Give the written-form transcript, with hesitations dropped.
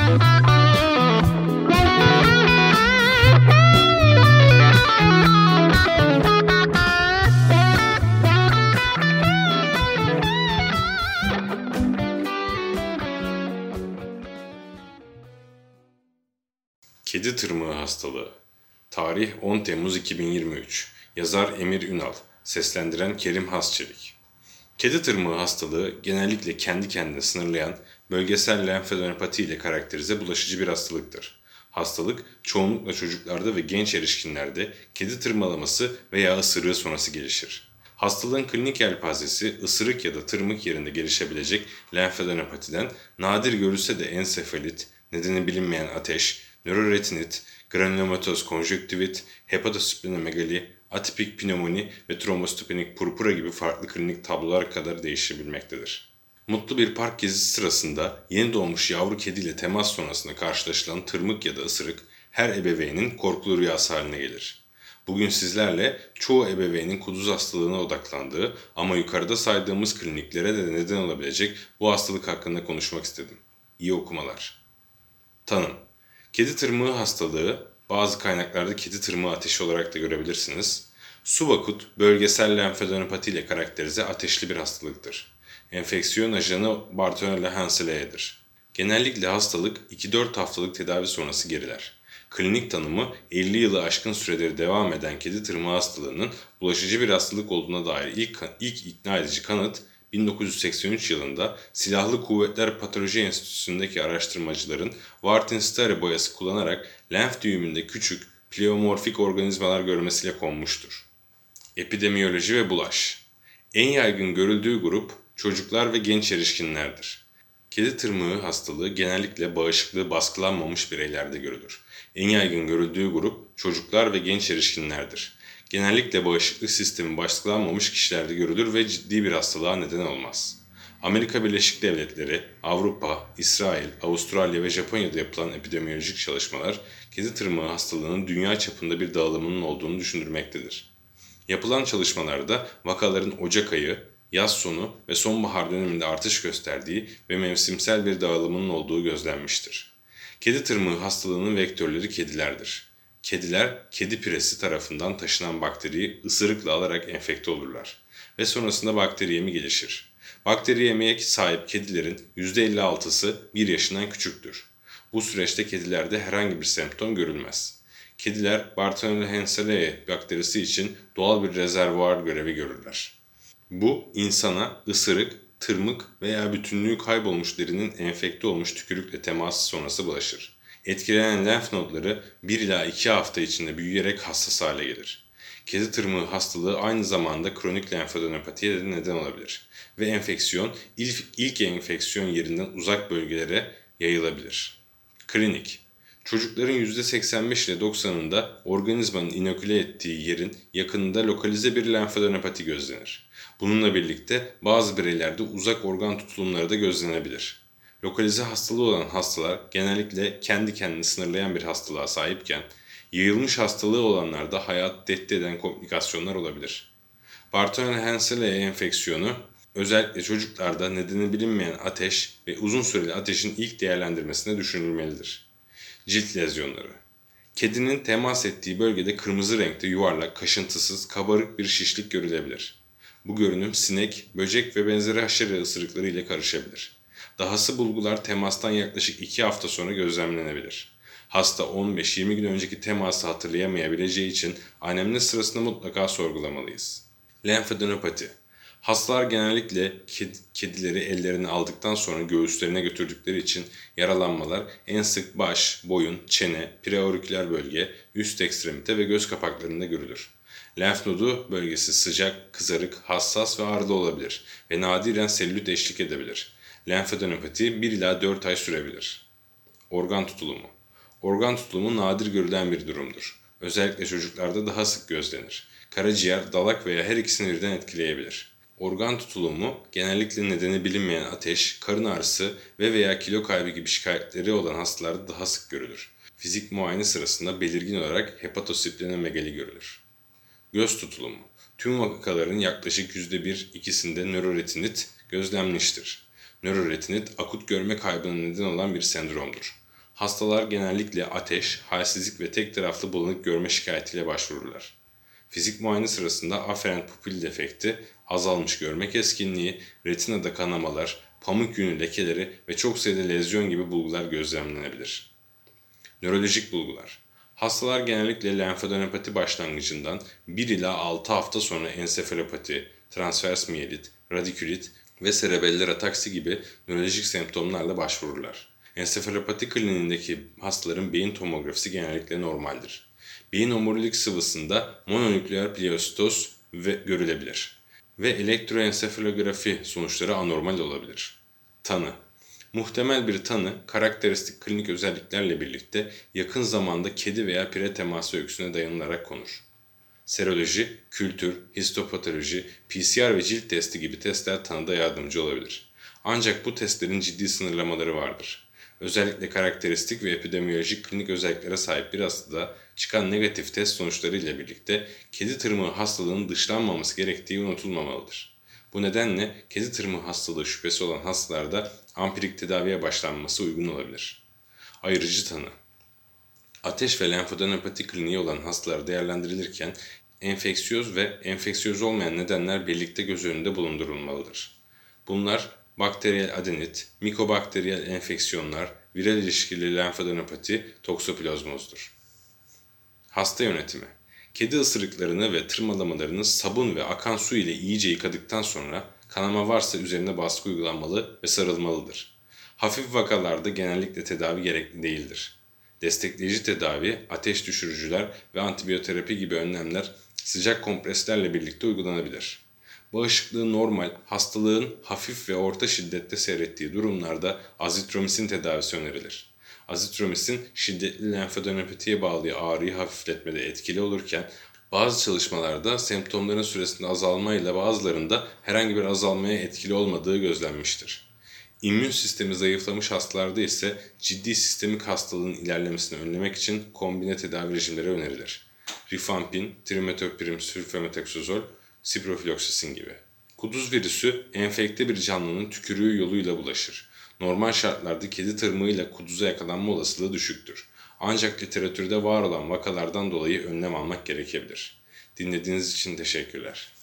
Kedi tırmığı hastalığı. Tarih 10 Temmuz 2023. Yazar Emir Ünal. Seslendiren Kerim Hasçelik. Kedi tırmığı hastalığı genellikle kendi kendine sınırlayan bölgesel lenfadenopati ile karakterize bulaşıcı bir hastalıktır. Hastalık çoğunlukla çocuklarda ve genç erişkinlerde kedi tırmalaması veya ısırığı sonrası gelişir. Hastalığın klinik yelpazesi ısırık ya da tırmık yerinde gelişebilecek lenfadenopatiden nadir görülse de ensefalit, nedeni bilinmeyen ateş, nöroretinit, granülomatoz konjüktivit, hepatosplenomegali, atipik pnömoni ve trombostopenik purpura gibi farklı klinik tablolar kadar değişebilmektedir. Mutlu bir park gezisi sırasında yeni doğmuş yavru kediyle temas sonrasında karşılaşılan tırmık ya da ısırık her ebeveynin korkulu rüyası haline gelir. Bugün sizlerle çoğu ebeveynin kuduz hastalığına odaklandığı ama yukarıda saydığımız kliniklere de neden olabilecek bu hastalık hakkında konuşmak istedim. İyi okumalar. Tanım. Kedi tırmığı hastalığı, bazı kaynaklarda kedi tırmığı ateşi olarak da görebilirsiniz. Subakut, bölgesel lenfadenopati ile karakterize ateşli bir hastalıktır. Enfeksiyon ajanı Bartonella henselae'dir. Genellikle hastalık 2-4 haftalık tedavi sonrası geriler. Klinik tanımı 50 yılı aşkın süredir devam eden kedi tırmığı hastalığının bulaşıcı bir hastalık olduğuna dair ilk ikna edici kanıt 1983 yılında Silahlı Kuvvetler Patoloji Enstitüsü'ndeki araştırmacıların Wartin-Starry boyası kullanarak lenf düğümünde küçük pleomorfik organizmalar görmesiyle konmuştur. Epidemiyoloji ve bulaş. En yaygın görüldüğü grup çocuklar ve genç erişkinlerdir. Kedi tırmığı hastalığı genellikle bağışıklığı baskılanmamış bireylerde görülür. En yaygın görüldüğü grup çocuklar ve genç erişkinlerdir. Genellikle bağışıklık sistemi baskılanmamış kişilerde görülür ve ciddi bir hastalığa neden olmaz. Amerika Birleşik Devletleri, Avrupa, İsrail, Avustralya ve Japonya'da yapılan epidemiyolojik çalışmalar kedi tırmığı hastalığının dünya çapında bir dağılımının olduğunu düşündürmektedir. Yapılan çalışmalarda vakaların Ocak ayı, yaz sonu ve sonbahar döneminde artış gösterdiği ve mevsimsel bir dağılımının olduğu gözlenmiştir. Kedi tırmığı hastalığının vektörleri kedilerdir. Kediler, kedi piresi tarafından taşınan bakteriyi ısırıkla alarak enfekte olurlar ve sonrasında bakteri yemi gelişir. Bakteri yemiye sahip kedilerin %56'sı 1 yaşından küçüktür. Bu süreçte kedilerde herhangi bir semptom görülmez. Kediler Bartonella henselae bakterisi için doğal bir rezervuar görevi görürler. Bu insana ısırık, tırmık veya bütünlüğü kaybolmuş derinin enfekte olmuş tükürükle teması sonrası bulaşır. Etkilenen lenf nodları 1 ila 2 hafta içinde büyüyerek hassas hale gelir. Kedi tırmığı hastalığı aynı zamanda kronik lenfadenopatiye de neden olabilir ve enfeksiyon ilk enfeksiyon yerinden uzak bölgelere yayılabilir. Klinik. Çocukların %85 ile 90'ında organizmanın inoküle ettiği yerin yakınında lokalize bir lenfadenopati gözlenir. Bununla birlikte bazı bireylerde uzak organ tutulumları da gözlenebilir. Lokalize hastalığı olan hastalar genellikle kendi kendini sınırlayan bir hastalığa sahipken, yayılmış hastalığı olanlarda hayatı tehdit eden komplikasyonlar olabilir. Bartonella henselae enfeksiyonu özellikle çocuklarda nedeni bilinmeyen ateş ve uzun süreli ateşin ilk değerlendirmesine düşünülmelidir. Cilt lezyonları. Kedinin temas ettiği bölgede kırmızı renkte yuvarlak, kaşıntısız, kabarık bir şişlik görülebilir. Bu görünüm sinek, böcek ve benzeri haşere ısırıkları ile karışabilir. Dahası bulgular temastan yaklaşık 2 hafta sonra gözlemlenebilir. Hasta 15-20 gün önceki teması hatırlayamayabileceği için anemnez sırasında mutlaka sorgulamalıyız. Lenfadenopati. Hastalar genellikle kedileri ellerine aldıktan sonra göğüslerine götürdükleri için yaralanmalar en sık baş, boyun, çene, preauriküler bölge, üst ekstremite ve göz kapaklarında görülür. Lenf nodu bölgesi sıcak, kızarık, hassas ve ağrılı olabilir ve nadiren selülit eşlik edebilir. Lenfadenopati 1 ila 4 ay sürebilir. Organ tutulumu. Organ tutulumu nadir görülen bir durumdur. Özellikle çocuklarda daha sık gözlenir. Karaciğer, dalak veya her ikisini birden etkileyebilir. Organ tutulumu genellikle nedeni bilinmeyen ateş, karın ağrısı ve veya kilo kaybı gibi şikayetleri olan hastalarda daha sık görülür. Fizik muayene sırasında belirgin olarak hepatosplenomegali görülür. Göz tutulumu. Tüm vakaların yaklaşık %1-2'sinde nöroretinit gözlenmiştir. Nöroretinit akut görme kaybına neden olan bir sendromdur. Hastalar genellikle ateş, halsizlik ve tek taraflı bulanık görme şikayetiyle başvururlar. Fizik muayene sırasında aferent pupil defekti, azalmış görme keskinliği, retinada kanamalar, pamuk yünü lekeleri ve çok sayıda lezyon gibi bulgular gözlemlenebilir. Nörolojik bulgular. Hastalar genellikle lenfadenopati başlangıcından 1 ila 6 hafta sonra ensefalopati, transvers miyelit, radikülit ve serebeller ataksi gibi nörolojik semptomlarla başvururlar. Ensefalopati kliniğindeki hastaların beyin tomografisi genellikle normaldir. Beyin omurilik sıvısında mononükleer pliositoz görülebilir ve elektroensefalografi sonuçları anormal olabilir. Tanı. Muhtemel bir tanı, karakteristik klinik özelliklerle birlikte yakın zamanda kedi veya pire teması öyküsüne dayanılarak konur. Seroloji, kültür, histopatoloji, PCR ve cilt testi gibi testler tanıda yardımcı olabilir. Ancak bu testlerin ciddi sınırlamaları vardır. Özellikle karakteristik ve epidemiyolojik klinik özelliklere sahip bir hastada çıkan negatif test sonuçları ile birlikte kedi tırmığı hastalığının dışlanmaması gerektiği unutulmamalıdır. Bu nedenle kedi tırmığı hastalığı şüphesi olan hastalarda ampirik tedaviye başlanması uygun olabilir. Ayırıcı tanı. Ateş ve lenfadenopati kliniği olan hastalar değerlendirilirken enfeksiyöz ve enfeksiyöz olmayan nedenler birlikte göz önünde bulundurulmalıdır. Bunlar bakteriyel adenit, mikobakteriyel enfeksiyonlar, viral ilişkili lenfadenopati, toksoplazmozdur. Hasta yönetimi. Kedi ısırıklarını ve tırmalamalarını sabun ve akan su ile iyice yıkadıktan sonra kanama varsa üzerine baskı uygulanmalı ve sarılmalıdır. Hafif vakalarda genellikle tedavi gerekli değildir. Destekleyici tedavi, ateş düşürücüler ve antibiyoterapi gibi önlemler sıcak kompreslerle birlikte uygulanabilir. Bağışıklığı normal, hastalığın hafif ve orta şiddette seyrettiği durumlarda azitromisin tedavisi önerilir. Azitromisin şiddetli lenfadenopatiye bağlı ağrıyı hafifletmede etkili olurken bazı çalışmalarda semptomların süresinde azalmayla bazılarında herhangi bir azalmaya etkili olmadığı gözlenmiştir. İmmün sistemi zayıflamış hastalarda ise ciddi sistemik hastalığın ilerlemesini önlemek için kombine tedavi rejimleri önerilir. Rifampin, trimetoprim, sülfametoksazol, siprofloxacin gibi. Kuduz virüsü enfekte bir canlının tükürüğü yoluyla bulaşır. Normal şartlarda kedi tırmığıyla kuduza yakalanma olasılığı düşüktür. Ancak literatürde var olan vakalardan dolayı önlem almak gerekebilir. Dinlediğiniz için teşekkürler.